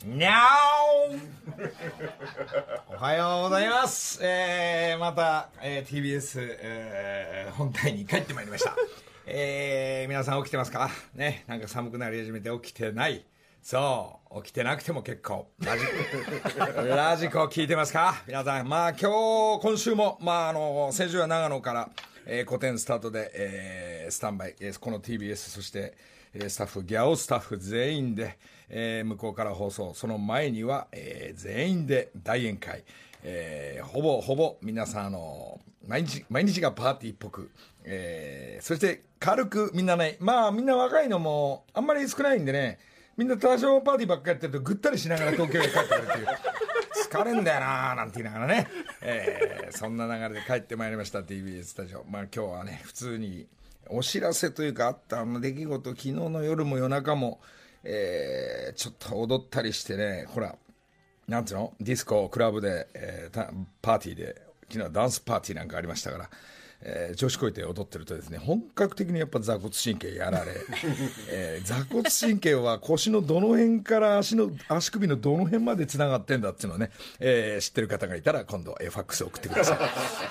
にゃーおはようございます。また、TBS、本体に帰ってまいりました。皆さん起きてますかね。なんか寒くなり始めて起きてない。そう起きてなくても結構ラジコ聞いてますか皆さん。今週も先週は長野から、古典スタートで、スタンバイ、この TBS そしてスタッフギャオスタッフ全員で、向こうから放送、その前には、全員で大宴会、ほぼ皆さん毎日がパーティーっぽく、そして軽くみんなね、みんな若いのもあんまり少ないんでね、みんな多少パーティーばっかりやってるとぐったりしながら東京へ帰ってくるっていう疲れんだよなーなんて言いながらね、そんな流れで帰ってまいりました TBS スタジオ。今日はね普通にお知らせというかあった出来事、昨日の夜も夜中も、ちょっと踊ったりしてね、ほらなんていうの、ディスコクラブで、パーティーで昨日はダンスパーティーなんかありましたから、調子こいて踊ってるとですね、本格的にやっぱ座骨神経やられ、座骨神経は腰のどの辺から足首のどの辺までつながってんだっていうのをね、知ってる方がいたら今度、ファックス送ってください。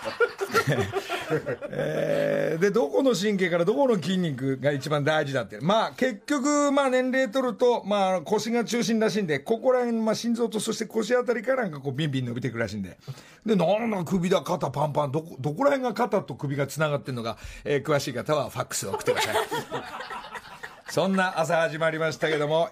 でどこの神経からどこの筋肉が一番大事だって、結局年齢取ると、腰が中心らしいんで、ここら辺、心臓とそして腰あたりからなんかこうビンビン伸びていくらしいんで、なんだ首だ肩パンパン、どこら辺が肩と首がつながってるのが、詳しい方はファックスを送ってください。そんな朝始まりましたけども、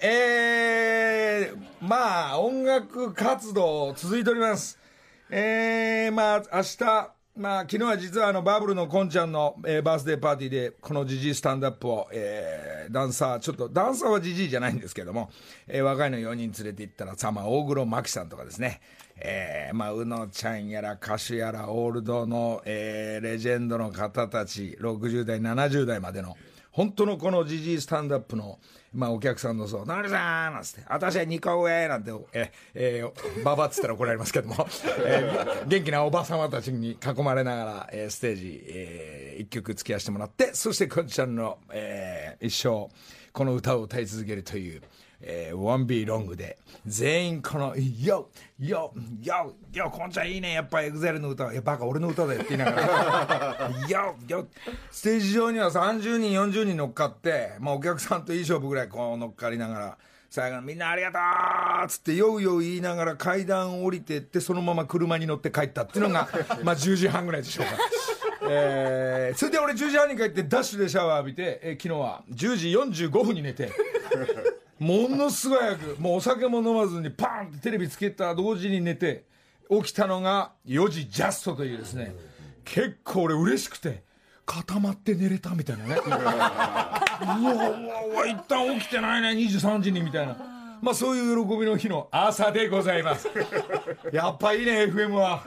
音楽活動続いております。明日、昨日は実はバブルのこんちゃんの、バースデーパーティーでこのジジイスタンドアップを、ダンサーはジジイじゃないんですけども、若いの4人連れて行ったら大黒摩季さんとかですね、うのちゃんやら歌手やらオールドの、レジェンドの方たち、60代70代までの本当のこのジジイスタンドアップの、お客さんの「なるさん」なんつって「私は2個上」なんてババっつったら怒られますけども、元気なおばさまたちに囲まれながら、ステージ、1曲付き合わせてもらって、そしてこんちゃんの、一生この歌を歌い続けるという、1B ロングで全員この「ヨこんちゃんいいね、やっぱエグゼルの歌、いやバカ俺の歌だよ」って言いながらヨステージ上には30人40人乗っかって、お客さんといい勝負ぐらいこう乗っかりながら、最後みんなありがとうっつってヨウヨウ言いながら階段降りてって、そのまま車に乗って帰ったっていうのが10時半ぐらいでしょうか。それで俺10時半に帰ってダッシュでシャワー浴びて、昨日は10時45分に寝てものすごい早く、もうお酒も飲まずにパーンってテレビつけた同時に寝て、起きたのが4時ジャストというですね、結構俺嬉しくて固まって寝れたみたいなね。うわ一旦起きてないね23時にみたいな、そういう喜びの日の朝でございます。やっぱいいね FM は。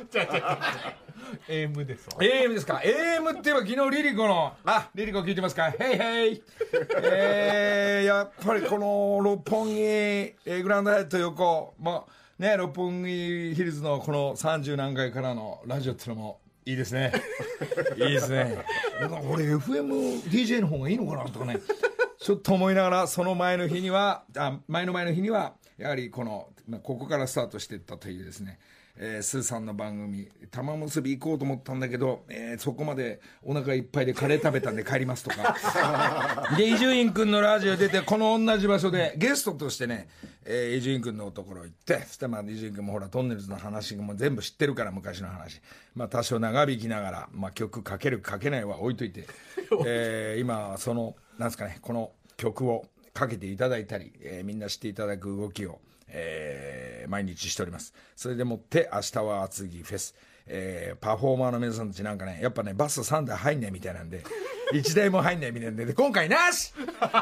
AM ですわ。 AM ですか。 AM って言えば昨日リリコのリリコ聞いてますか。ヘイヘイやっぱりこの六本木グランドヘッド横、六本木ヒルズのこの30何階からのラジオっていうのもいいですね。いいですね。俺 FMDJ の方がいいのかなとかねちょっと思いながら、その前の日には前の日にはやはりここからスタートしていったというですね、スーさんの番組玉結び行こうと思ったんだけど、そこまでお腹いっぱいでカレー食べたんで帰りますとかで伊集院君のラジオ出て、この同じ場所でゲストとしてね、伊集院君のところ行って、そして伊集院君もほらトンネルズの話も全部知ってるから、昔の話、多少長引きながら、曲かけるかけないは置いといて、今そのなんですかね、この曲をかけていただいたり、みんな知っていただく動きを毎日しております。それでもって明日は厚木フェス、パフォーマーの皆さんたちなんかね、やっぱねバス3台入んないみたいなんで1台も入んないみたいなんで、今回なし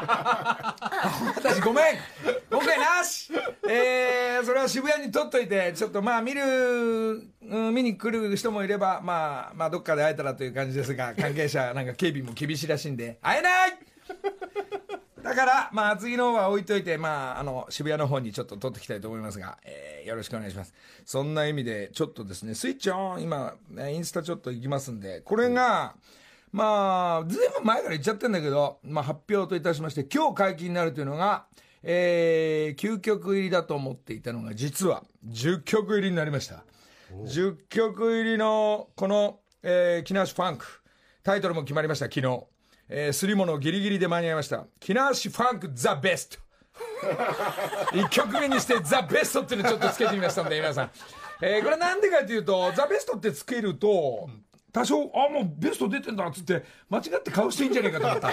私ごめん今回なし、それは渋谷に撮っといて、ちょっと見に来る人もいれば、どっかで会えたらという感じですが、関係者なんか警備も厳しいらしいんで会えないだから次の方は置いといて、渋谷の方にちょっと撮ってきたいと思いますが、よろしくお願いします。そんな意味でちょっとですね、スイッチオン、今インスタちょっと行きますんで、これがずいぶん前から言っちゃってるんだけど、発表といたしまして今日解禁になるというのが、 9曲入りだと思っていたのが実は10曲入りになりました。10曲入りのこの、木梨ファンク、タイトルも決まりました昨日。すり物ギリギリで間に合いました。木梨ファンクザベスト1曲目にしてザベストっていうのをちょっとつけてみましたので皆さん、これなんでかというとザベストってつけると多少もうベスト出てんだっつって間違って買う人いいんじゃないかと思った、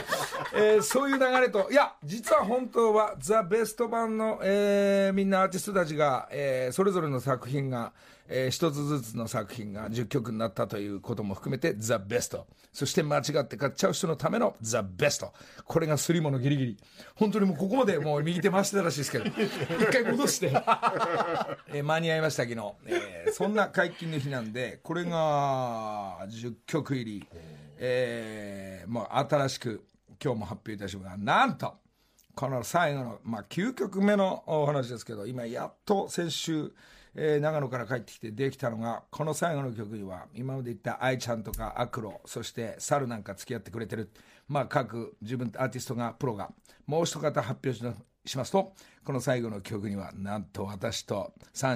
そういう流れと、いや実は本当はザベスト版の、みんなアーティストたちが、それぞれの作品が、一つずつの作品が10曲になったということも含めてザベスト、そして間違って買っちゃう人のためのザベスト、これがすり物ギリギリ、本当にもうここまでもう右手回してたらしいですけど一回戻して間に合いました昨日、そんな解禁の日なんでこれが10曲入り、もう新しく今日も発表いたしますが、なんとこの最後の、9曲目のお話ですけど、今やっと先週、長野から帰ってきてできたのがこの最後の曲には今まで言った愛ちゃんとかアクロ、そしてサルなんか付き合ってくれてる、各自分アーティストがプロがもう一方発表しますと、この最後の曲にはなんと私と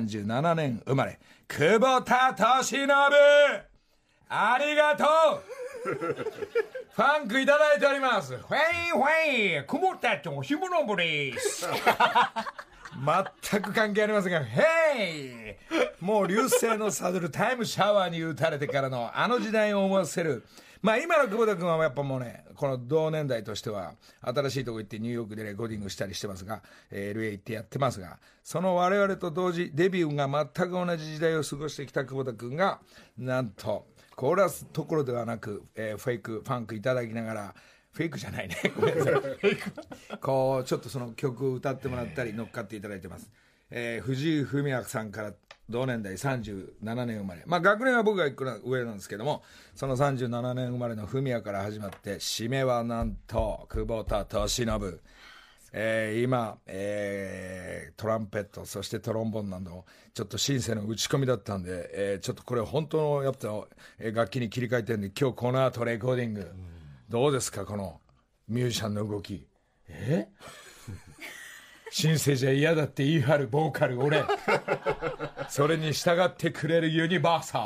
37年生まれ久保田利伸、ありがとうファンクいただいております。フェイフェイ久保田とひものぶです全く関係ありませんが、ヘイもう流星のサドルタイムシャワーに打たれてからのあの時代を思わせる、今の久保田君はやっぱもうね、この同年代としては新しいとこ行ってニューヨークでレコーディングしたりしてますが、LA 行ってやってますが、その我々と同時デビューが全く同じ時代を過ごしてきた久保田君がなんとコーラスところではなく、フェイクファンクいただきながら、フェイクじゃないねごめんなさいこうちょっとその曲を歌ってもらったり乗っかっていただいてます。藤井フミヤさんから同年代37年生まれ、学年は僕が1個上なんですけども、その37年生まれのフミヤから始まって締めはなんと久保田利伸、今、トランペットそしてトロンボーンなどちょっとシンセの打ち込みだったんで、ちょっとこれ本当のやっぱ楽器に切り替えてるんで、今日この後レコーディング、どうですかこのミュージシャンの動き、シンセじゃ嫌だって言い張るボーカル俺それに従ってくれるユニバーサ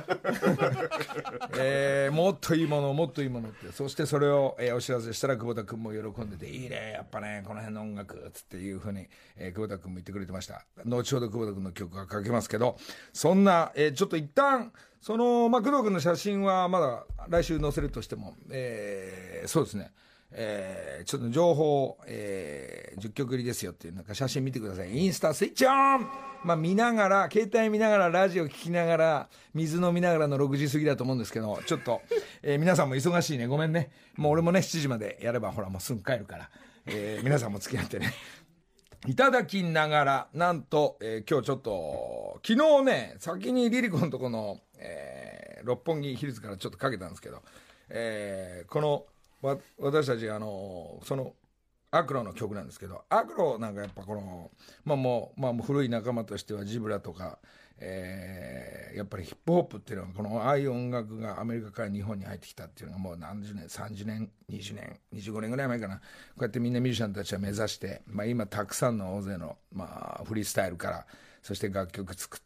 ルもっといいものもっといいものって、そしてそれを、お知らせしたら久保田君も喜んでて、いいねやっぱねこの辺の音楽つっていうふうに、久保田君も言ってくれてました。後ほど久保田君の曲がかけますけど、そんな、ちょっと一旦その、工藤君の写真はまだ来週載せるとしても、そうですね、ちょっと情報、10曲入りですよっていうなんか写真見てください。インスタスイッチオン、見ながら携帯見ながらラジオ聞きながら水飲みながらの6時過ぎだと思うんですけど、ちょっと、皆さんも忙しいね、ごめんね、もう俺もね7時までやればほらもうすぐ帰るから、皆さんも付き合ってねいただきながら、なんと、今日ちょっと昨日ね先にリリコのとこの、六本木ヒルズからちょっとかけたんですけど、この私たちそのアクロの曲なんですけど、アクロなんかやっぱこのもう古い仲間としてはジブラとか、やっぱりヒップホップっていうのはこのああいう音楽がアメリカから日本に入ってきたっていうのがもう何十年30年20年25年ぐらい前かな、こうやってみんなミュージシャンたちは目指して、今たくさんの大勢の、フリースタイルからそして楽曲作って、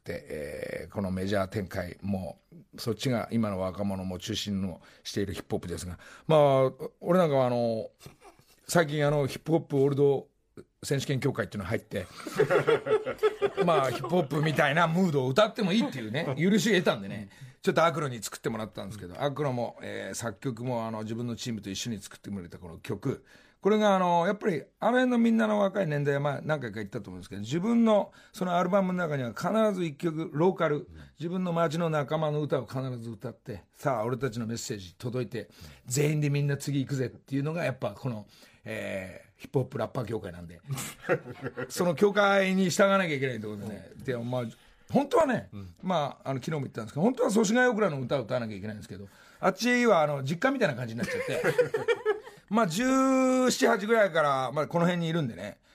このメジャー展開もそっちが今の若者も中心のしているヒップホップですが、俺なんかは最近ヒップホップオールド選手権協会っていうの入ってヒップホップみたいなムードを歌ってもいいっていうね許しを得たんでね、ちょっとアクロに作ってもらったんですけど、アクロも、作曲も自分のチームと一緒に作ってくれたこの曲、これがやっぱり辺のみんなの若い年代は何回か言ったと思うんですけど、自分のそのアルバムの中には必ず一曲ローカル、自分の街の仲間の歌を必ず歌って、さあ俺たちのメッセージ届いて全員でみんな次行くぜっていうのがやっぱこの、ヒップホップラッパー協会なんでその協会に従わなきゃいけないところでね、で本当はね、昨日も言ったんですけど、本当は祖師ヶ谷大倉の歌を歌わなきゃいけないんですけど、あっちは実家みたいな感じになっちゃって17、8ぐらいから、この辺にいるんでね、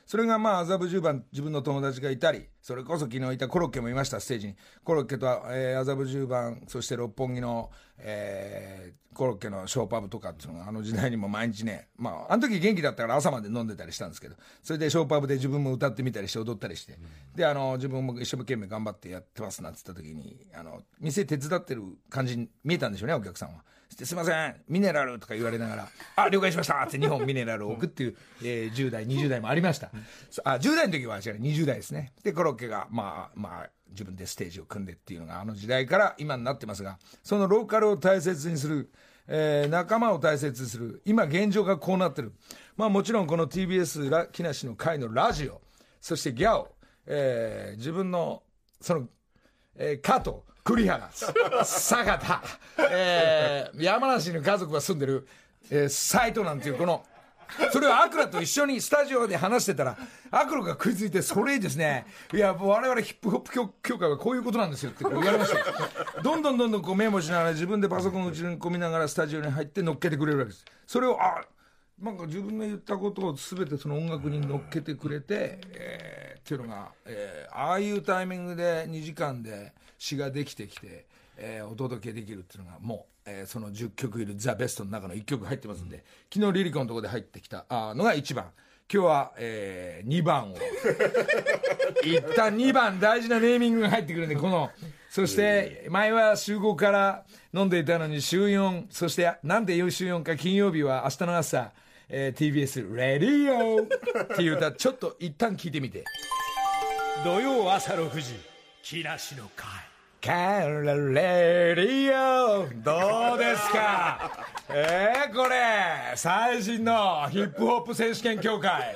それがまあ麻布十番、自分の友達がいたり、それこそ昨日いたコロッケもいました、ステージに。コロッケと、麻布十番、そして六本木の、コロッケのショーパブとかっていうのがあの時代にも毎日ね、まああの時元気だったから朝まで飲んでたりしたんですけど、それでショーパブで自分も歌ってみたりして踊ったりして、で自分も一生懸命頑張ってやってますなんて言った時に店手伝ってる感じに見えたんでしょうね、お客さんは。すいませんミネラルとか言われながら了解しましたって2本ミネラルを置くっていう、10代20代もありました。10代の時は違う、20代ですね。でコロッケがまあ自分でステージを組んでっていうのがあの時代から今になってますが、そのローカルを大切にする、仲間を大切にする、今現状がこうなってる。まあもちろんこの TBS 木梨の会のラジオ、そしてギャオ、自分のその、加藤栗原坂田、山梨に家族が住んでる、斉藤なんていうこのそれをアクラと一緒にスタジオで話してたらアクラが食いついて、それですね、いや我々ヒップホップ協会はこういうことなんですよって言われましたよ。どんどんこうメモしながら自分でパソコンを打ち込みながらスタジオに入って乗っけてくれるわけです。それをなんか自分の言ったことを全てその音楽に乗っけてくれて、っていうのが、ああいうタイミングで2時間で詩ができてきて、お届けできるっていうのがもう、その10曲いるザ・ベストの中の1曲入ってますんで、昨日リリコのところで入ってきたのが1番、今日は、2番を一旦2番大事なネーミングが入ってくるんで、そして前は週5から飲んでいたのに週4、そしてなんで週4か、金曜日は明日の朝、TBS レディオっていう歌ちょっと一旦聞いてみて。 土曜朝6時木梨の会カラレディオどうですか。これ最新のヒップホップ選手権協会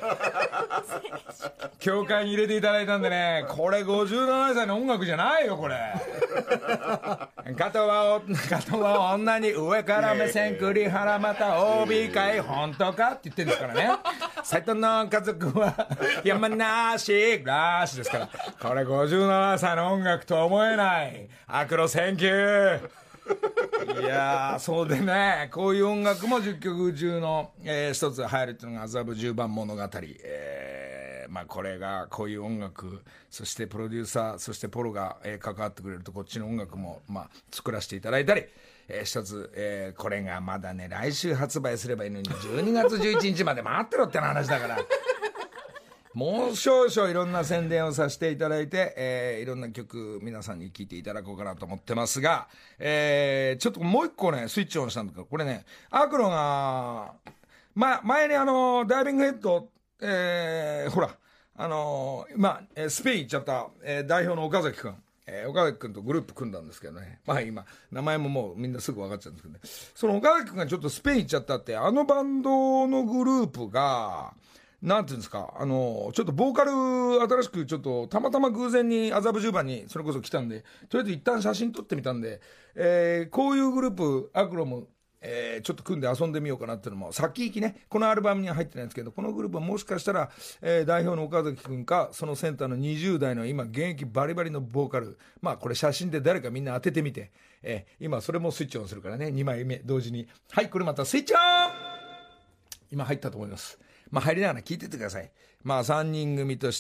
に入れていただいたんでね、これ57歳の音楽じゃないよこれ。加藤は女に上から目線、栗原また OB 会本当かって言ってるんですからね。斉藤の家族は山梨らしですから、これ57歳の音楽とは思えない。アクロセンキュー。いやー、そうでね、こういう音楽も10曲中の、一つ入るっていうのが麻布十番物語。まあこれがこういう音楽、そしてプロデューサー、そしてポロが、関わってくれるとこっちの音楽もまあ作らせていただいたり、一つ、これがまだね来週発売すればいいのに12月11日まで待ってろって話だから。もう少々いろんな宣伝をさせていただいて、いろんな曲皆さんに聴いていただこうかなと思ってますが、ちょっともう一個ねスイッチオンしたんだけど、これねアクロが、前にダイビングヘッド、ほらスペイン行っちゃった、代表の岡崎君、岡崎君とグループ組んだんですけどね、まあ今名前ももうみんなすぐ分かっちゃうんですけどね、その岡崎君がちょっとスペイン行っちゃったって、バンドのグループがなんていうんですか、ちょっとボーカル新しくちょっとたまたま偶然に麻布十番にそれこそ来たんで、とりあえず一旦写真撮ってみたんで、こういうグループアクロも、ちょっと組んで遊んでみようかなっていうのも先行きね、このアルバムには入ってないんですけど、このグループはもしかしたら、代表の岡崎君かそのセンターの20代の今現役バリバリのボーカル、まあこれ写真で誰かみんな当ててみて、今それもスイッチオンするからね、2枚目同時に、はい、これまたスイッチオン、今入ったと思います。まあ入りながら聞いててください。まあ3人組として、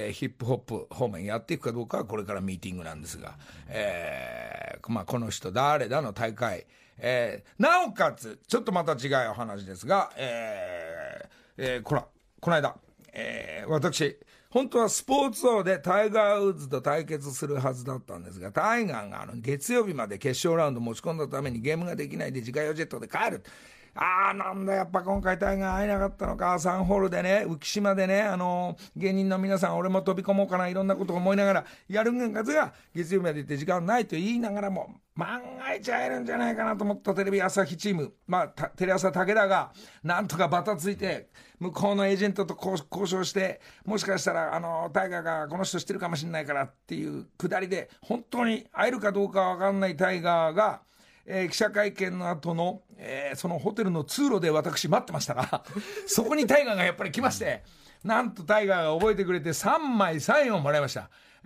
ヒップホップ方面やっていくかどうかはこれからミーティングなんですが、まあこの人誰だの大会、なおかつちょっとまた違うお話ですが、この間、私本当はスポーツ王でタイガー・ウッズと対決するはずだったんですが、タイガーが月曜日まで決勝ラウンド持ち込んだためにゲームができないで自家用ジェットで帰る。なんだやっぱ今回タイガー会えなかったのか、サンホールでね、浮島でね、芸人の皆さん俺も飛び込もうかな、いろんなことを思いながらやるん数が月曜日まで行って時間ないと言いながらも、万が一会えるんじゃないかなと思ったテレビ朝日チーム、テレ朝武田がなんとかバタついて向こうのエージェントと交渉して、もしかしたらタイガーがこの人知ってるかもしれないからっていうくだりで、本当に会えるかどうかわかんないタイガーが、記者会見の後の、そのホテルの通路で私待ってましたがそこにタイガーがやっぱり来まして、なんとタイガーが覚えてくれて3枚サインをもらいました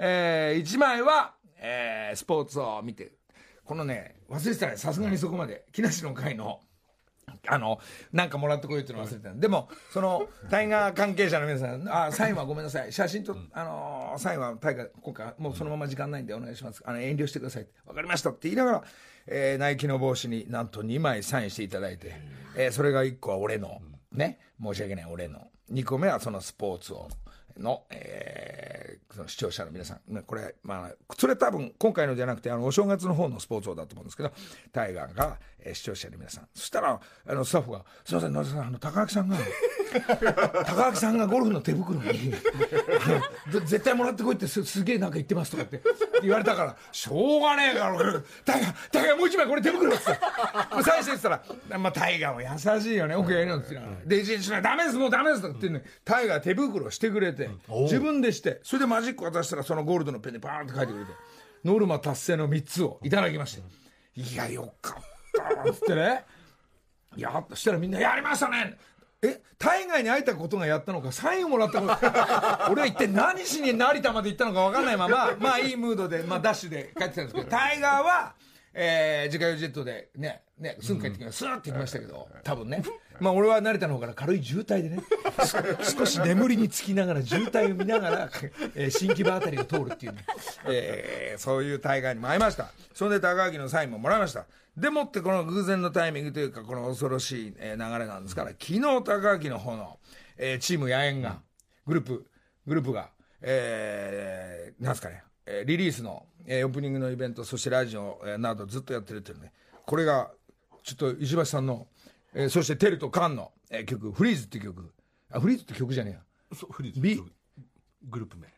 。1枚は、スポーツを見て、このね忘れてたね、さすがにそこまで木梨の会のなんかもらってこいっていうの忘れてた。でもそのタイガー関係者の皆さん、サインはごめんなさい、写真と、サインはタイガー今回もうそのまま時間ないんでお願いします、遠慮してくださいって、分かりましたって言いながら、ナイキの帽子になんと2枚サインしていただいて、それが1個は俺のね、申し訳ない俺の、2個目はそのスポーツをの、その視聴者の皆さん、これ、それ多分今回のじゃなくてお正月の方のスポーツ王だと思うんですけど、タイガーが、視聴者の皆さん、そしたらスタッフが「すいません野田さん、高木さんがゴルフの手袋に絶対もらってこいってすげえなんか言ってます」とかって言われたから、しょうがねえからタイガーもう一枚これ手袋ってサインしてって言ったら、タイガーも優しいよね、奥やりよって言ってで一日しない、ダメですもうダメですとかって言ってね、タイガー手袋してくれて、自分でして、それでマジック渡したらそのゴールドのペンでバーンって書いてくれて、ノルマ達成の3つをいただきまして、いやよかったっつってね、そしたらみんなやりましたね、タイガーに会えたことがやったのか、サインをもらったのか俺は一体何しに成田まで行ったのか分かんないまま、いいムードで、ダッシュで帰ってきたんですけど、タイガーは、自家用ジェットでねすぐ帰ってきました、スーッて行きましたけど、多分ね、俺は成田の方から軽い渋滞でね少し眠りにつきながら渋滞を見ながら、新木場あたりを通るっていうね、そういうタイガーにも会いました。それで高木のサインももらいました。でもってこの偶然のタイミングというか、この恐ろしい流れなんですから、昨日高木の方の、チーム野猿が、グループが、なんすかね、リリースの、オープニングのイベント、そしてラジオ、などずっとやってるっていうね、これがちょっと石橋さんの、そしてテルとカンの、曲、フリーズっていう曲、フリーズって曲じゃねえや、 フリーズ B グループ名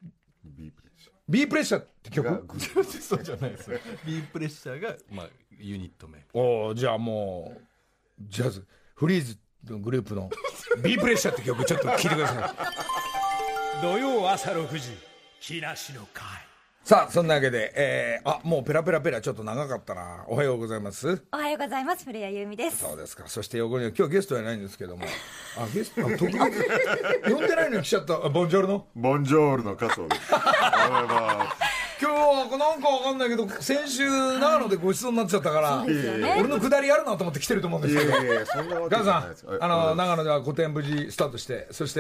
B プレッシャーって曲そうじゃないですよ。B プレッシャーが、ユニット名。 じゃあもうジャズフリーズのグループの B プレッシャーって曲ちょっと聴いてください土曜朝6時木梨の会。 さあそんなわけで、もうペラペラちょっと長かったな。おはようございます。 おはようございます。古谷優美です。 そうですか。そして横には今日ゲストはないんですけども、ゲスト特別呼んでないのに来ちゃった。ボンジョルノ加藤です。おはようございます。 今日なんかわかんないけど先週長野でごちそうになっちゃったから、俺のくだりあるなと思って来てると思うんですけど、ガさん長野では個展無事スタートして、そして、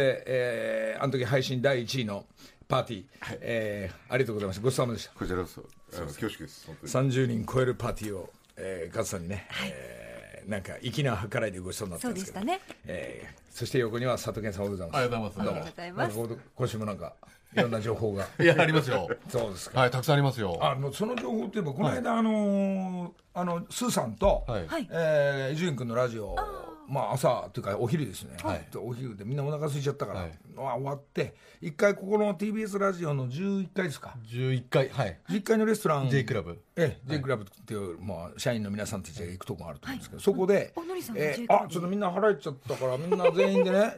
あの時配信第1位のパーティー、ありがとうございました。ごちそうさまでした。 こちらこそ恐縮です。 30人超えるパーティーを、ガさんにね、なんか粋な計らいでごちそうになったんですけど、 そうでしたね。 そして横には佐藤健さんおはようございます。 ありがとうございます。 今週もなんかいろんな情報がいやありますよ。 そうですか。 はい、たくさんありますよ。 その情報といえばこの間、スーさんと伊集院君のラジオ、朝というかお昼ですね、お昼でみんなお腹空いちゃったから、終わって一回ここの TBS ラジオの11階ですか、 11階、はい、 11階のレストラン J クラブ、 J クラブっていう、社員の皆さんたちが行くとこがあると思うんですけど、そこでちょっとみんな腹減っちゃったからみんな全員でね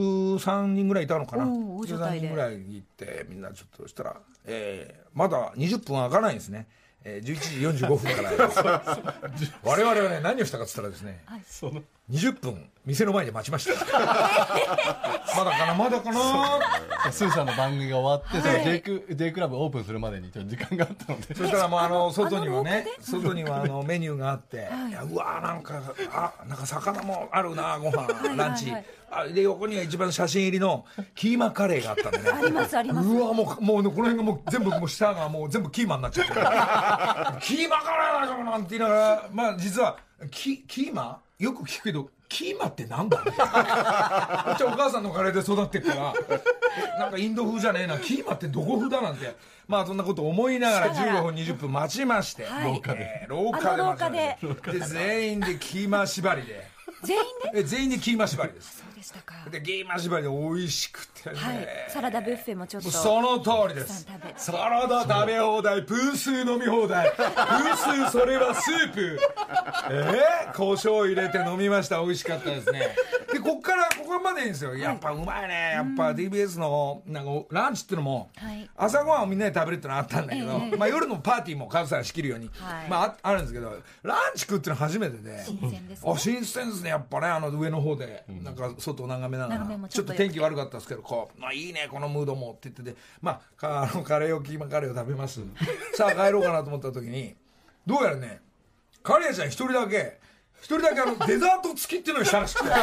13人ぐらいいたのかな、13人ぐらい行ってみんなちょっとしたら、まだ20分開かないんですね。11時45分から我々はね何をしたかっつったらですね、20分店の前で待ちましたまだかなスーさんの番組が終わって、その J クラブオープンするまでにちょっと時間があったので、 そしたらもう外にはメニューがあって、うわなんか魚もあるな、ご飯ランチ、で横には一番写真入りのキーマカレーがあったんでねあります。 うわもうこの辺がもう全部もう下がもう全部キーマになっちゃってキーマカレーだよなんて言いながら、実はキーマよく聞くけどキーマってなんだこっちはお母さんのカレーで育ってるからなんかインド風じゃねえな、キーマってどこ風だなんて、そんなこと思いながら15分20分待ちまして、廊下で全員でキーマ縛りで全員でキーマ縛りです。 そうでしたか。 でキーマ縛りで美味しくてね、 サラダブッフェもちょっとその通りです。サラダ食べ放題、プースー飲み放題、プースーそれはスープ胡椒入れて飲みました。美味しかったですね。でここまでいいんですよ。やっぱうまいね。やっぱ TBS のなんかランチっていうのも、朝ごはんをみんなで食べるってのあったんだけど、夜のパーティーもカズさん仕切るように、あるんですけど、ランチ食うっていうのは初めてで、 新鮮ですね。 新鮮ですね。やっぱね、上の方でなんか外を眺めながら、ちょっと天気悪かったですけど、いいねこのムードもって言ってて、カレーをキーマカレーを食べますさあ帰ろうかなと思った時に、どうやらねカレーちゃん一人だけ一人だけデザート付きっていうのにしたらしくてデザ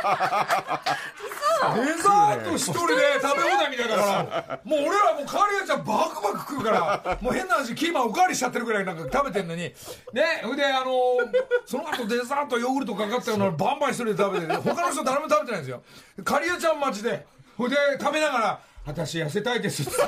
ート一人で食べ放題みたいだからもう俺らもうカーリアちゃんバクバク食うからもう変な話キーマンおかわりしちゃってるぐらいなんか食べてんのにね。それでその後デザートヨーグルトかかったようなのバンバン一人で食べてて他の人誰も食べてないんですよ。カリアちゃん待ちでほいで食べながら私痩せたいですって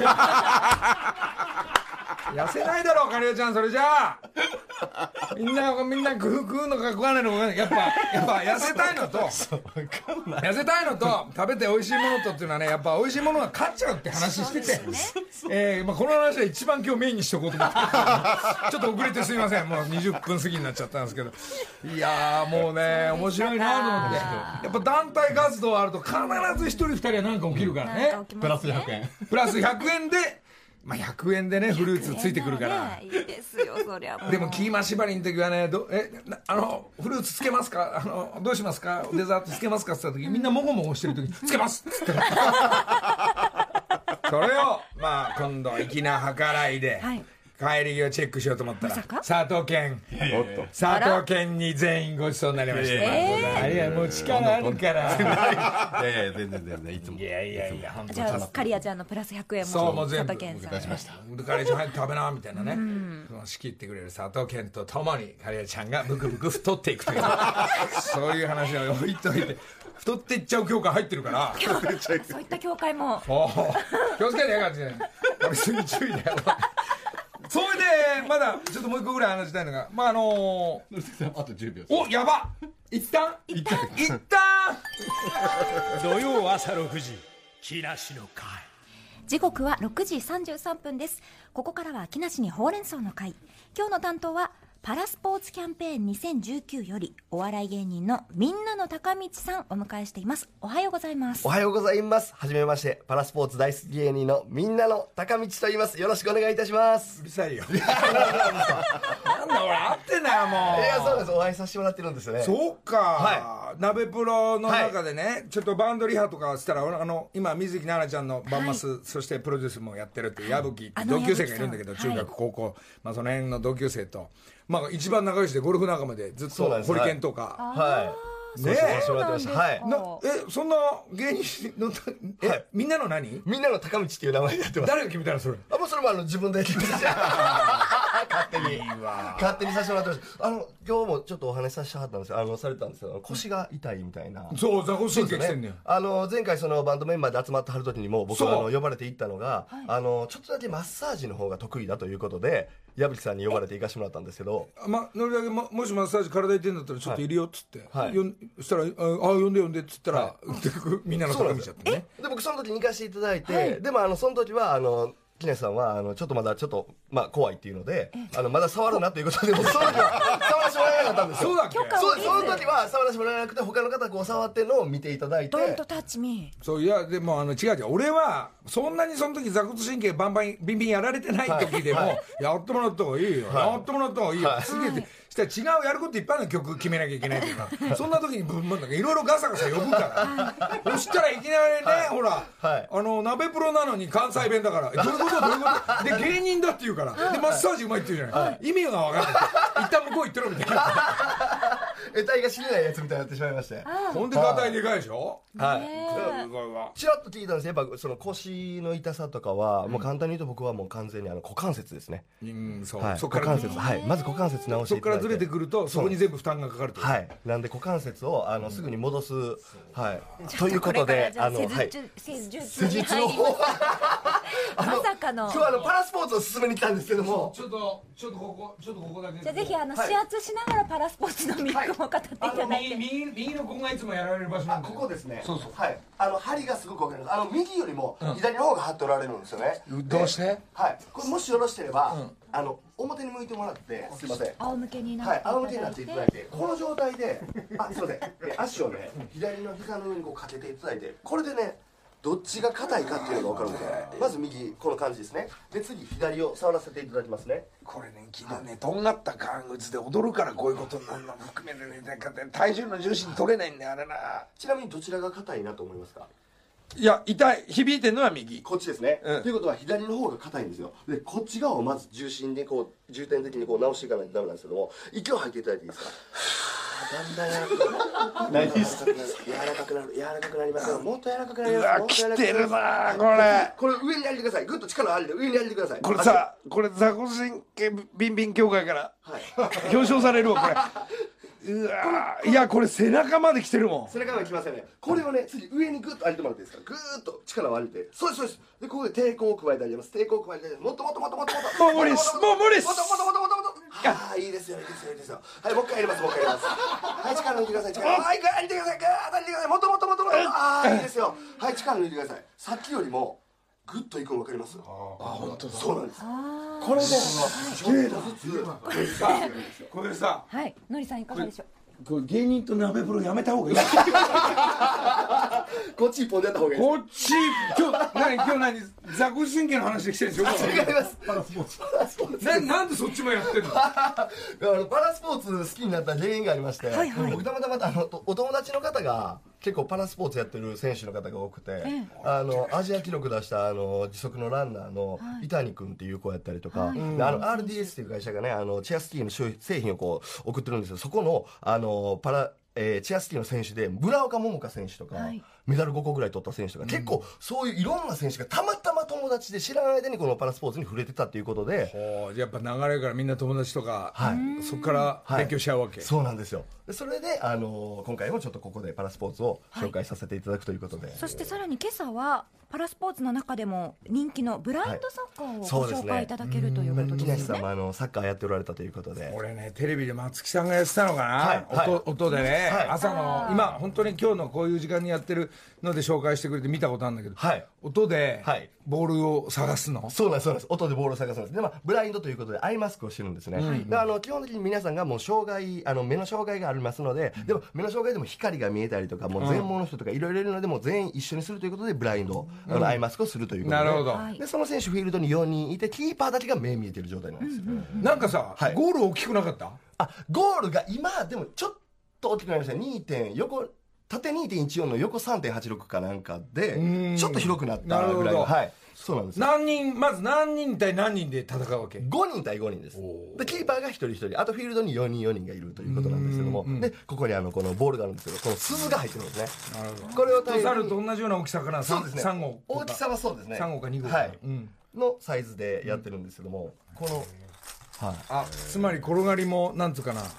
痩せないだろうカリアちゃんそれじゃあみんな食うのか食わないのかやっぱ痩せたいのと痩せたいのと食べて美味しいものとっていうのはねやっぱ美味しいものが勝っちゃうって話してて、この話は一番今日メインにしとこうと思ってちょっと遅れてすいませんもう20分過ぎになっちゃったんですけどいやーもうね面白いなと思ってやっぱ団体活動あると必ず1人2人は何か起きるからね。 プラス100円プラス100円で100円でねフルーツついてくるから、 いいですよそりゃもう。 でもキーマ縛りの時はねフルーツつけますかどうしますかデザートつけますかって言った時みんなもごもごしてる時つけますっつってそれを今度粋な計らいで、帰り際チェックしようと思ったら佐藤健に全員ごちそうになりました。あれはもう力あるからいや全然いつもいや本当じゃあカリアちゃんのプラス100円そうもう全部佐藤健さん出しました。 カリアちゃん早く食べなみたいなね仕切ってくれる佐藤健とともにカリアちゃんがブクブク太っていくというそういう話を置いといて太っていっちゃう協会入ってるからそういった協会も気をつけてやがって食べ過ぎ注意だよそれでまだちょっともう一個ぐらい話したいのがあと10秒おやば一旦土曜朝6時木梨の会。 時刻は6時33分です。ここからは木梨にほうれん草の会。今日の担当はパラスポーツキャンペーン2019よりお笑い芸人のみんなの高道さんお迎えしています。おはようございます。 おはようございます。はじめまして、パラスポーツ大好き芸人のみんなの高道と言います。よろしくお願いいたします。 うるさいよなんだ俺会ってんだよもう。 いやそうです、お会いさせてもらってるんですよね。 そうか、鍋プロの中でね、ちょっとバンドリハとかしたら今水木奈々ちゃんのバンマス、そしてプロデュースもやってるっていう矢吹って同級生がいるんだけど、中学高校、その辺の同級生と一番仲良しでゴルフ仲間でずっとホリケンとかねえそうなんです。はい。 そんな芸人のみんなの何？ みんなの高道っていう名前でやってます。 誰が決めたのそれ？ もうそれも自分で決めた。勝手にさせてもらってます。今日もちょっとお話しさせてもらったんですよ。されたんですけど腰が痛いみたいな。 そう座骨神経きてんねよ。 前回そのバンドメンバーで集まってはる時にも僕呼ばれて行ったのがちょっとだけマッサージの方が得意だということで矢吹さんに呼ばれて行かせてもらったんですけど、 のりだけもしマッサージ体痛いんだったらちょっといるよっつって、そしたら呼んでっつったらみんなの高見ちゃってね。 で僕その時に行かせていただいて、でもその時は木梨さんはちょっとまだ怖いっていうのでまだ触るなということでその時は触らせてもらえなかったんですよ。 そうだっけ？ その時は触らせてもらえなくて他の方こう触ってるのを見ていただいて。 ドントタッチミー。 そういやでも違う俺はそんなにその時座骨神経バンバンビンビンやられてない時でもやってもらった方がいいよ、やってもらった方がいいよ、すげえしたら違うやることいっぱいあるの曲決めなきゃいけないとかそんな時にいろいろガサガサ呼ぶからそしたらいきなりねほら鍋プロなのに関西弁だからどういうことで芸人だって言うからでマッサージうまいって言うじゃない意味が分かんない一旦向こう行ってろみたいな得体が知れないやつみたいになってしまいまして。 ほんでガタイでかいでしょ。 ちらっと聞いたんですよ。やっぱその腰の痛さとかはもう簡単に言うと僕はもう完全に股関節ですね。 そう股関節、まず股関節直していただいて、 そこからずれてくるとそこに全部負担がかかると。 なんで股関節をすぐに戻すということで施術の方まさかの今日パラスポーツを進めに来たんですけども、 ちょっとここだけ。 じゃあぜひ指圧しながらパラスポーツの魅力を語っていただいて。 右の子がいつもやられる場所なんで。 ここですね。 そう張りがすごくわかります。右よりも左の方が張っておられるんですよね。 どうして？ これもしよろしければ表に向いてもらってすいません。 仰向けになって仰向けになっていただいて、この状態ですいません。足をね左の膝の上にこうかけていただいて、これでねどっちが硬いかっていうのが分かるので、まず右この感じですね。で次左を触らせていただきますね。 これね昨日ねとんがった革靴で踊るからこういうことになるの含めてね体重の重心取れないんだよあれな。 ちなみにどちらが硬いなと思いますか？ いや響いてるのは右。 こっちですね。ということは左の方が硬いんですよ。でこっち側をまず重心で重点的に直していかないとダメなんですけども、息を吐いていただいていいですか？ だんだん柔らかくなりますよ。もっと柔らかくなります。 うわ来てるなこれ上に上げてください。ぐっと力を上げて上に上げてください。 これさこれ座骨神経ビンビン協会から表彰されるわこれ。うわいやこれ背中まで来てるもん。 背中まで来ませんね。これをね次上にグッと上げてもらっていいですか。グーッと力を上げて、そうですでここで抵抗を加えてあげます。抵抗を加えてあげます。もっともう無理ですもっとああいいですよ。はいもう一回やりますはい力抜いてください。はい抜いてください。もっとああいいですよ。はい力抜いてください。さっきよりもグッといくの分かります？本当だ。そうなんです。これでちょっとずつこれさはいのりさんいかがでしょう。 これ芸人と鍋プロやめた方がいい。 こっち一本でやった方がいいです。 こっち今日何座骨神経の話で来てるんでしょ。 違います。 パラスポーツなんでそっちもやってんの。 パラスポーツ好きになった原因がありまして、僕たまたまお友達の方が結構パラスポーツやってる選手の方が多くて、アジア記録出した時速のランナーの伊谷君っていう子やったりとか、RDS っていう会社がねチェアスキーの製品をこう送ってるんですよ。そこのチェアスキーの選手で村岡桃佳選手とか、メダル5個ぐらい取った選手とか、結構そういういろんな選手がたまたま友達で知らない間にこのパラスポーツに触れてたっていうことで、 じゃあやっぱ流れからみんな友達とか、そこから勉強しちゃうわけ。 そうなんですよ。でそれで今回もちょっとここでパラスポーツを紹介させていただくということで、 そしてさらに今朝はパラスポーツの中でも人気のブラインドサッカーをご紹介いただけるということ木ですよね。 梨さんもサッカーやっておられたということで、 俺ねテレビで松木さんがやってたのかな、音でね、朝の今本当に今日のこういう時間にやってるので紹介してくれて見たことあるんだけど、音でボールを探すの。 そうなんです音でボールを探すんです。でブラインドということでアイマスクをしてるんですね。で基本的に皆さんがもう障害目の障害がありますので、でも目の障害でも光が見えたりとかもう全盲の人とかいろいろいるのでもう全員一緒にするということでブラインドアイマスクをするということで、 なるほど。 でその選手フィールドに4人いてキーパーだけが目見えてる状態なんですよ。 なんかさ、ゴール大きくなかった？ ゴールが今でもちょっと大きくなりました。縦 2.14 の横 3.86 かなんかでちょっと広くなったぐらい。そうなんです。 まず何人対何人で戦うわけ？ 5人対5人です。でキーパーが1人1人、あとフィールドに4人がいるということなんですけども、でここにこのボールがあるんですけど、この鈴が入ってるんですね。これをフットサルと同じような大きさかな。 そうですね。 3号大きさはそうですね。 3号か2号のサイズでやってるんですけども、このつまり転がりもなんつうかな、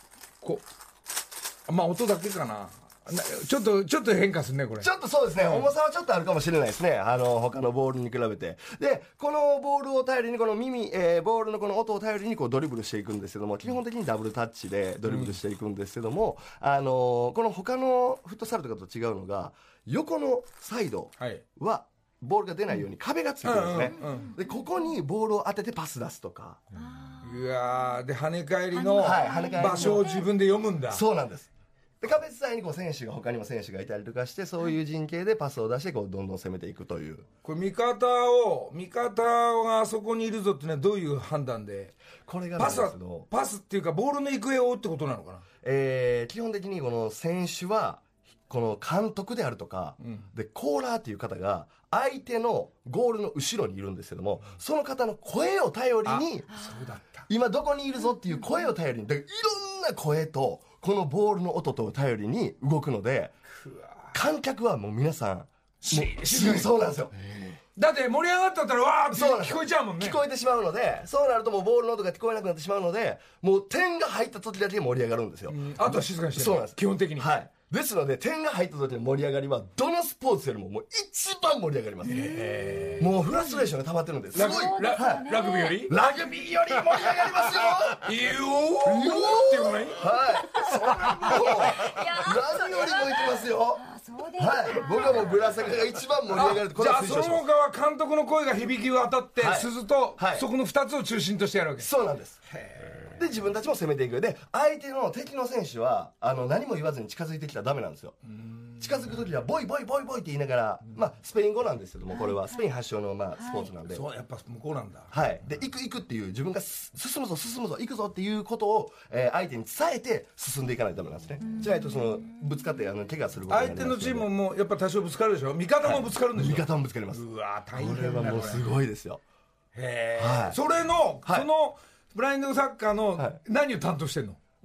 音だけかな。ちょっと変化するねこれ。 ちょっとそうですね、重さはちょっとあるかもしれないですね。他のボールに比べて。でこのボールを頼りにこのボールのこの音を頼りにこうドリブルしていくんですけども、基本的にダブルタッチでドリブルしていくんですけども、この他のフットサルとかと違うのが、横のサイドはボールが出ないように壁がついてるんですね。でここにボールを当ててパス出すとか、 で跳ね返りの場所を自分で読むんだ。 そうなんです。で壁伝いに他にも選手がいたりとかして、そういう陣形でパスを出してどんどん攻めていくという。これ味方があそこにいるぞっていうのはどういう判断で？ これがパスっていうかボールの行方を追うってことなのかな？ 基本的にこの選手はこの監督であるとか、でコーラーっていう方が相手のゴールの後ろにいるんですけども、その方の声を頼りに、今どこにいるぞっていう声を頼りに、でいろんな声とこのボールの音と頼りに動くので、観客はもう皆さんそうなんですよ。 だって盛り上がったらわーって聞こえちゃうもんね。 聞こえてしまうので、そうなるともうボールの音が聞こえなくなってしまうので、もう点が入った時だけ盛り上がるんですよ。 あとは静かにしてる。 そうなんです、 基本的に。 ですので点が入った時の盛り上がりはどのスポーツよりももう一番盛り上がります。もうフラストレーションが溜まってるんです。すごいラグビーより？ ラグビーより盛り上がりますよ。 いいよーっていうのに？ それはもう何よりもいきますよ。僕はもうブラサカが一番盛り上がる。 じゃあその他は監督の声が響き渡って、鈴とそこの2つを中心としてやるわけ。 そうなんです。で自分たちも攻めていく。で相手の敵の選手は何も言わずに近づいてきたらダメなんですよ。近づく時はボイボイボイボイって言いながら、スペイン語なんですけども、これはスペイン発祥のスポーツなんで、 そうやっぱ向こうなんだ。 で行くっていう自分が進むぞ行くぞっていうことを相手に伝えて進んでいかないとダメなんですね。じゃないとぶつかって怪我することになりますので。相手のチームもやっぱ多少ぶつかるでしょ。味方もぶつかるんでしょ。 味方もぶつかります。 うわ大変だ。 これはもうすごいですよ。 それのそのブラインドサッカーの何を担当してんの？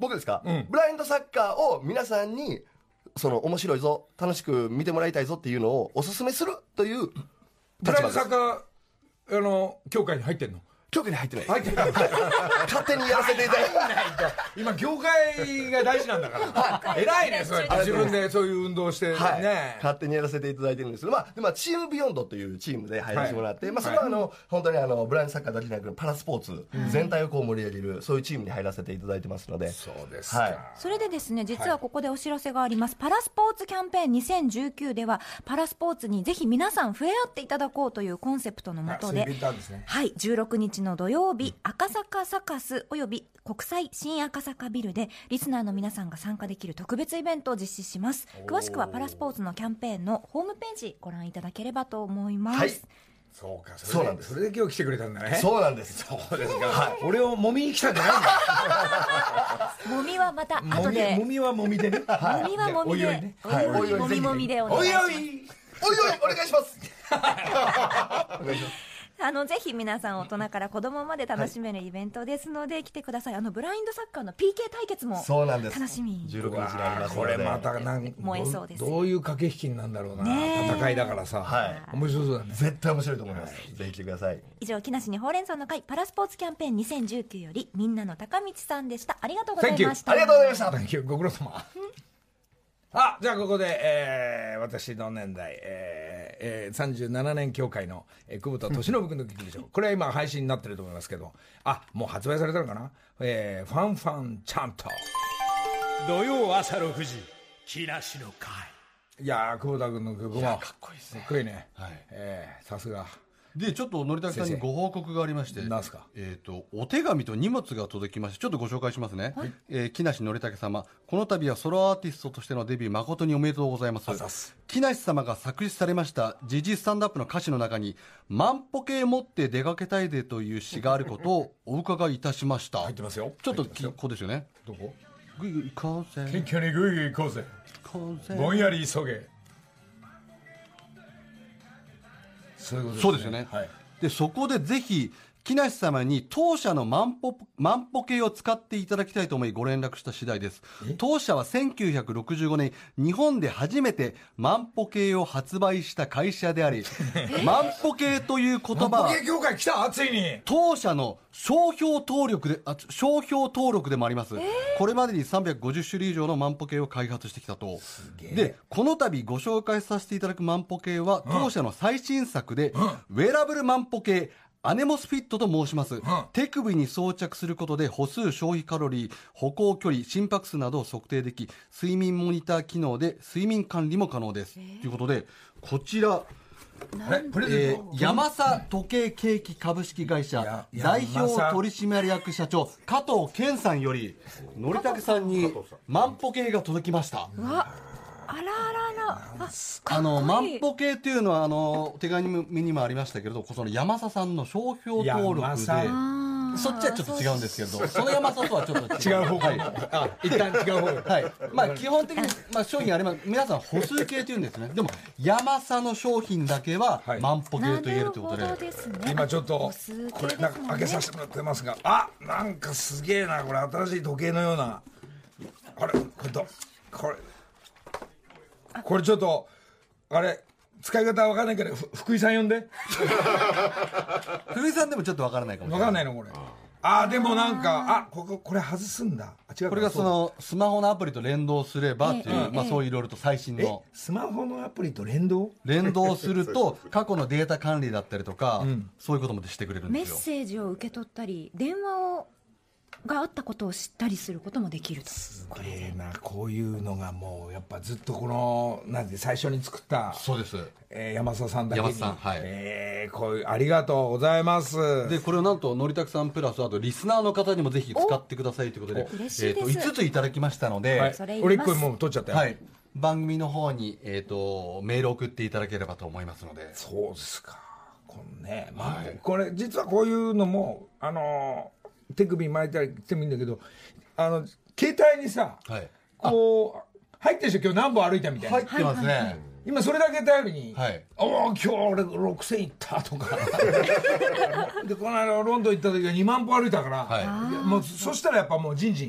僕ですか、 うんブラインドサッカーを皆さんに面白いぞ楽しく見てもらいたいぞっていうのをおすすめするというブラインド立場です。 サッカー協会に入ってんの？ 局に入ってない入ってない勝手にやらせていただいて今業界が大事なんだから偉いね、そうやって自分でそういう運動をしてはいね。 勝手にやらせていただいてるんですけど、でチームビヨンドというチームで入らせてもらって、それは本当にブラインドサッカーだけじゃなくパラスポーツ全体をこう盛り上げる、そういうチームに入らせていただいてますので。 そうですか、 はいそれでですね、実はここでお知らせがあります。パラスポーツキャンペーン2019では、パラスポーツにぜひ皆さん触れ合っていただこうというコンセプトのもとで、 そういうイベントあるんですね。 はい、16日の土曜日、赤坂サカスおよび国際新赤坂ビルでリスナーの皆さんが参加できる特別イベントを実施します。詳しくはパラスポーツのキャンペーンのホームページご覧いただければと思います。 はいそうか、 そうなんですそれで今日来てくれたんだね。 そうなんです。 そうですか、俺を揉みに来たんじゃないんだ。 もみはまた後で。 揉みは揉みでね。 もみはもみで。 おいおいね。 はいおいおいもみもみでお願いします。 おいおい。 おいおいお願いしますぜひ皆さん大人から子供まで楽しめるイベントですので来てください。ブラインドサッカーの PK 対決もそうなんです。 楽しみ。 16日にありますので。 これまた燃えそうですどういう駆け引きになるんだろうな、 ねえ戦いだからさ、 はい面白そうだね。 絶対面白いと思います。ぜひ来てください。 以上、木梨にほうれん草の会パラスポーツキャンペーン2019よりみんなの高道さんでした。ありがとうございました。 ありがとうございました。 Thank you ご苦労様。じゃあここで、私の年代、37年協会の、久保田利伸君の聞きましょう。これは今配信になってると思いますけど、もう発売されたのかな、ファンファンチャント。 土曜朝6時木梨の会。 いやー、久保田君の曲もかっこいいですね。かっこいいね。 はいさすが。 でちょっとのりたけさんにご報告がありまして、 なんすか。 お手紙と荷物が届きまして、ちょっとご紹介しますね。木梨憲武様、この度はソロアーティストとしてのデビュー誠におめでとうございます。木梨様が作詞されました時事スタンドアップの歌詞の中に万歩計持って出かけたいでという詩があることをお伺いいたしました。 入ってますよ。 ちょっとここですよね。 どこ？ ぐいぐい行こうぜ謙虚にぐいぐい行こうぜ。 行こうぜ。 ぼんやり急げ。そういうことですね。 そうですよね。 はい。 でそこでぜひ木梨様に当社の万歩計を使っていただきたいと思いご連絡した次第です。当社は1965年日本で初めて万歩計を発売した会社であり、万歩計という言葉は万歩計協会来た、ついに。 当社の商標登録でもあります。これまでに350種類以上の万歩計を開発してきたと。でこの度ご紹介させていただく万歩計は当社の最新作で、ウェアラブル万歩計アネモスフィットと申します。手首に装着することで歩数、消費カロリー、歩行距離、心拍数などを測定でき、睡眠モニター機能で睡眠管理も可能です。ということでこちらプレゼント。 ヤマサ時計景気株式会社代表取締役社長加藤健さんよりのりたけさんに万歩計が届きました。 うわ、あらあらあら、かっこいい。 万歩計というのはお手紙にもありましたけれど、そのヤマサさんの商標登録でそっちはちょっと違うんですけど、そのヤマサとはちょっと違う方向。一旦違う方向。 はい、基本的に、商品あります。皆さん歩数計というんですね。でもヤマサの商品だけは万歩計と言えるということで、 なるほどですね。 今ちょっと歩数計これなんか開けさせてもらってますが、なんかすげえな、これ新しい時計のような。これちょっとあれ使い方わかんないけど福井さん呼んで。 古井さんでもちょっとわからないかもしれない。 わかんないのこれ。でもなんかこれ外すんだ。違うか。 これがそのスマホのアプリと連動すればっていう、そういういろいろと最新のスマホのアプリと連動すると過去のデータ管理だったりとか、そういうことまでしてくれるんメッですよ。 セージを受け取ったり電話があったことを知ったりすることもできると。 すげえな、こういうのがもうやっぱずっとこのなんて最初に作ったそうです。 山佐さんだけに。 山佐さん、はい。 こういうありがとうございます。 でこれをなんとのりたくさんプラスあとリスナーの方にもぜひ使ってくださいということで、 嬉しいです。 5ついただきましたので、 はいそれ言います俺1個もう取っちゃったよ。 はい、番組の方に、メールを送っていただければと思いますので。 そうですか。このね、これ実はこういうのも手首巻いたりしてもいいんだけど、携帯にさ、こう入ってるでしょ、今日何本歩いたみたいな。 入ってますね。 今それだけ頼りに、 はい、 今日俺6000行ったとかでこの間ロンドン行った時は2万歩歩いたから、もうそしたらやっぱもうじんじん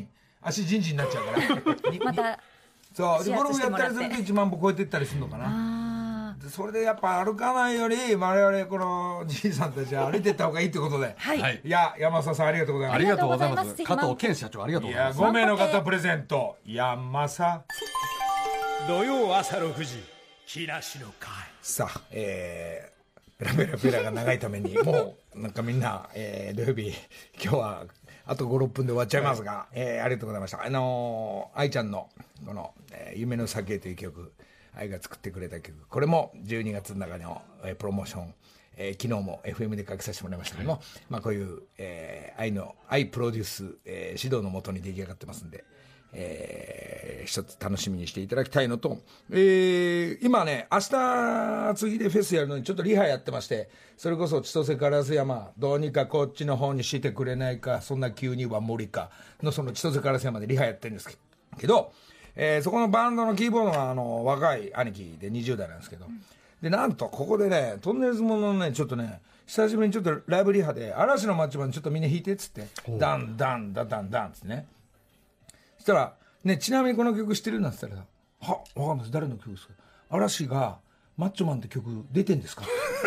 足ジンジンになっちゃうからまたそうでゴルフやったりすると指圧してもらって 1万歩超えてったりするのかな。でそれでやっぱ歩かないより我々このじいさんたちは歩いてった方がいいってことで、 はいいや山佐さんありがとうございます。 ありがとうございます。 ありがとうございます加藤健社長ありがとういやございます。 5名の方プレゼント山佐土曜朝6時木梨の会。 さあペラペラペラが長いためにもうなんかみんな、土曜日今日はあと 5,6 分で終わっちゃいますが、ありがとうございました。愛ちゃんのこの、夢の酒という曲、愛が作ってくれた曲、これも12月の中の、プロモーション、昨日も FM でかけさせてもらいましたけども、まあ、こういう、愛プロデュース、指導のもとに出来上がってますんで、一つ楽しみにしていただきたいのと、今ね明日次でフェスやるのにちょっとリハやってまして、それこそ千歳烏山どうにかこっちの方にしてくれないか、そんな急には無理かのその千歳烏山でリハやってるんですけど、そこのバンドのキーボードが若い兄貴で20代なんですけど、でなんとここでねトンネルズもののねちょっとね久しぶりにちょっとライブリハで嵐のマッチバンちょっとみんな弾いてっつってダンダンダダンダンっつってね、そしたら、ね、ちなみにこの曲知ってるなんて言ったら、わかんないです。誰の曲ですか？嵐が、マッチョマンって曲出てんですか？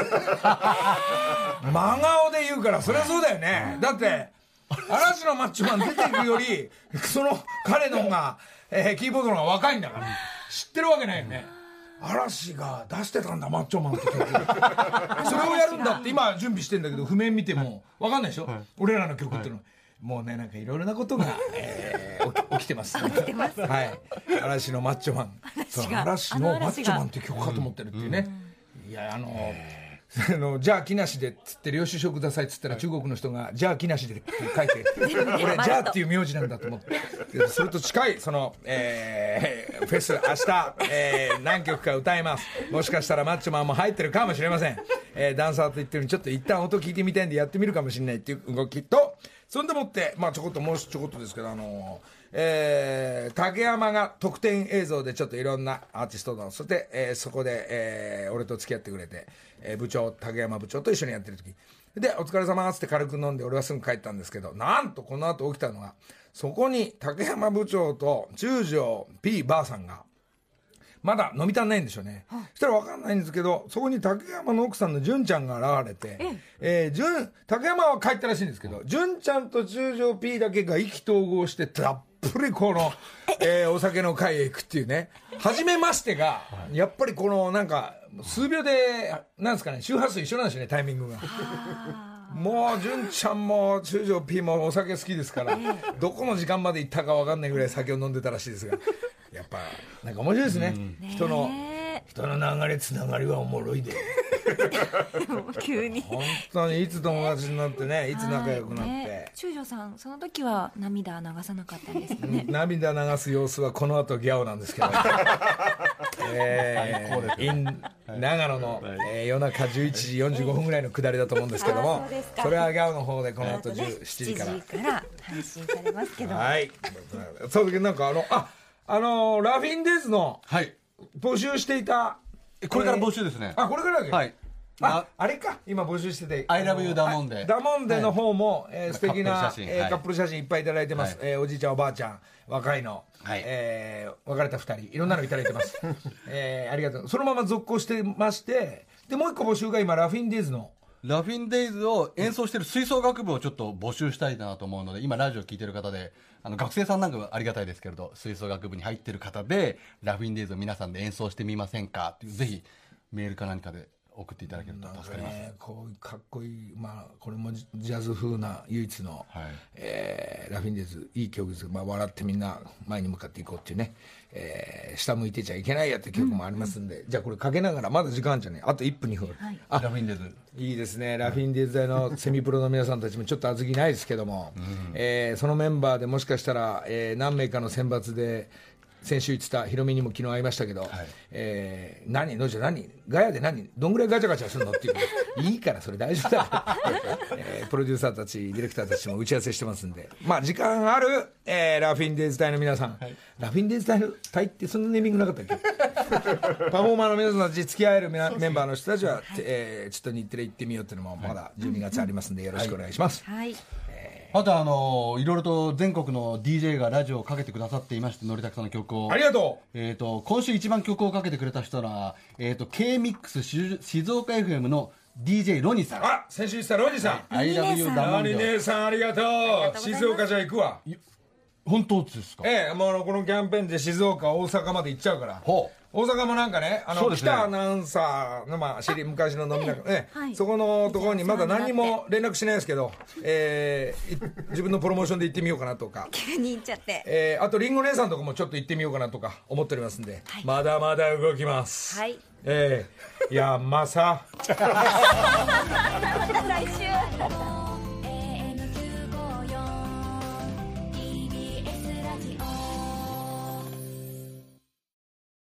真顔で言うから、そりゃそうだよね。だって、嵐のマッチョマン出てるより、その彼の方が、キーボードの方が若いんだから、知ってるわけないよね。嵐が出してたんだマッチョマンって曲それをやるんだって今準備してんだけど譜面見ても分かんないでしょ、俺らの曲っていうのは。もうねなんかいろいろなことが、起きてます、ね、起きてます、はい、嵐のマッチョマン嵐のマッチョマンって曲かと思ってるっていうね、いやじゃあ木梨でっつって領収書くださいっつったら中国の人がじゃあ木梨でって書いて俺じゃあっていう名字なんだと思ってそれと近いその、フェス明日、何曲か歌います。もしかしたらマッチョマンも入ってるかもしれません、ダンサーと言ってるのにちょっと一旦音聞いてみたいんでやってみるかもしれないっていう動きと、そんでもってまあちょこっともうちょこっとですけど竹山が特典映像でちょっといろんなアーティストのそして、そこで、俺と付き合ってくれて、竹山部長と一緒にやってる時でお疲れ様っつって軽く飲んで俺はすぐ帰ったんですけど、なんとこの後起きたのがそこに竹山部長と中条 P ばあさんがまだ飲み足んないんでしょうね、そしたら分かんないんですけどそこに竹山の奥さんの純ちゃんが現れて、竹山は帰ったらしいんですけど純ちゃんと中条 P だけが意気投合してたっぷりこの、お酒の会へ行くっていうね、初めましてがやっぱりこのなんか数秒でなんですかね周波数一緒なんですよねタイミングがもう純ちゃんも中条 P もお酒好きですからどこの時間まで行ったか分かんないぐらい酒を飲んでたらしいですがやっぱなんか面白いですね、人の流れつながりはおもろいで急に本当にいつ友達になってねいつ仲良くなって、 中条さんその時は涙流さなかったんですかね涙流す様子はこの後ギャオなんですけど長野の、夜中11時45分ぐらいの下りだと思うんですけども それはギャオの方でこの後7時から 7時から配信されますけどはいそうだけどなんかラフィンデイズの募集していた、 これから募集ですね、 これからだけ、 はい、 あれか今募集してて I love you ダモンデダモンデの方も、素敵なカップル写真いっぱいいただいてます、おじいちゃんおばあちゃん若いの、別れた2人いろんなのいただいてますありがとう。そのまま続行してましてでもう一個募集が今ラフィンデイズのラフィンデイズを演奏している吹奏楽部をちょっと募集したいなと思うので今ラジオ聞いてる方で学生さんなんかはありがたいですけれど吹奏楽部に入ってる方でラフィンデイズを皆さんで演奏してみませんかっていうぜひメールか何かで送っていただけると助かります、 こういうかっこいい、これもジャズ風な唯一の、ラフィンデイズいい曲ですけど、笑ってみんな前に向かっていこうっていうね、下向いてちゃいけないやって曲もありますんで、じゃあこれかけながらまだ時間あるんじゃないあと1分2分、 ラフィンデイズいいですね。ラフィンデイズ大のセミプロの皆さんたちもちょっと厚着ないですけども、そのメンバーでもしかしたら、何名かの選抜で先週言ってたヒロミにも昨日会いましたけど、何ガヤでどんぐらいガチャガチャするのっていういいからそれ大丈夫だよ、プロデューサーたちディレクターたちも打ち合わせしてますんで、時間ある、ラフィンデイズ隊の皆さん、ラフィンデイズ隊ってそんなネーミングなかったっけパフォーマーの皆さんたち付き合えるメンバーの人たちは、ちょっと日テレ行ってみようっていうのもまだ12月ありますんでよろしくお願いします、 あといろいろと全国の DJ がラジオをかけてくださっていまして、のりたくさんの曲を。 ありがと今週一番曲をかけてくれた人は、K-MIX 静岡 FM の DJ ロニさん。 あ、先週言ったロニさん。 I love you ダマンド。 ロニ姉さんありがとう。静岡じゃ行くわ。 本当ですか？ もうこのキャンペーンで静岡、大阪まで行っちゃうから。 ほう。 大阪もなんかね、 そうですね、 北アナウンサーの、昔の飲み仲ね、そこのところにまだ何にも連絡しないですけど、自分のプロモーションで行ってみようかなとか。 急に行っちゃって。 あと、リンゴ姉さんとかもちょっと行ってみようかなとか思っておりますんで、まだまだ動きます。 はい。 いや、まさ。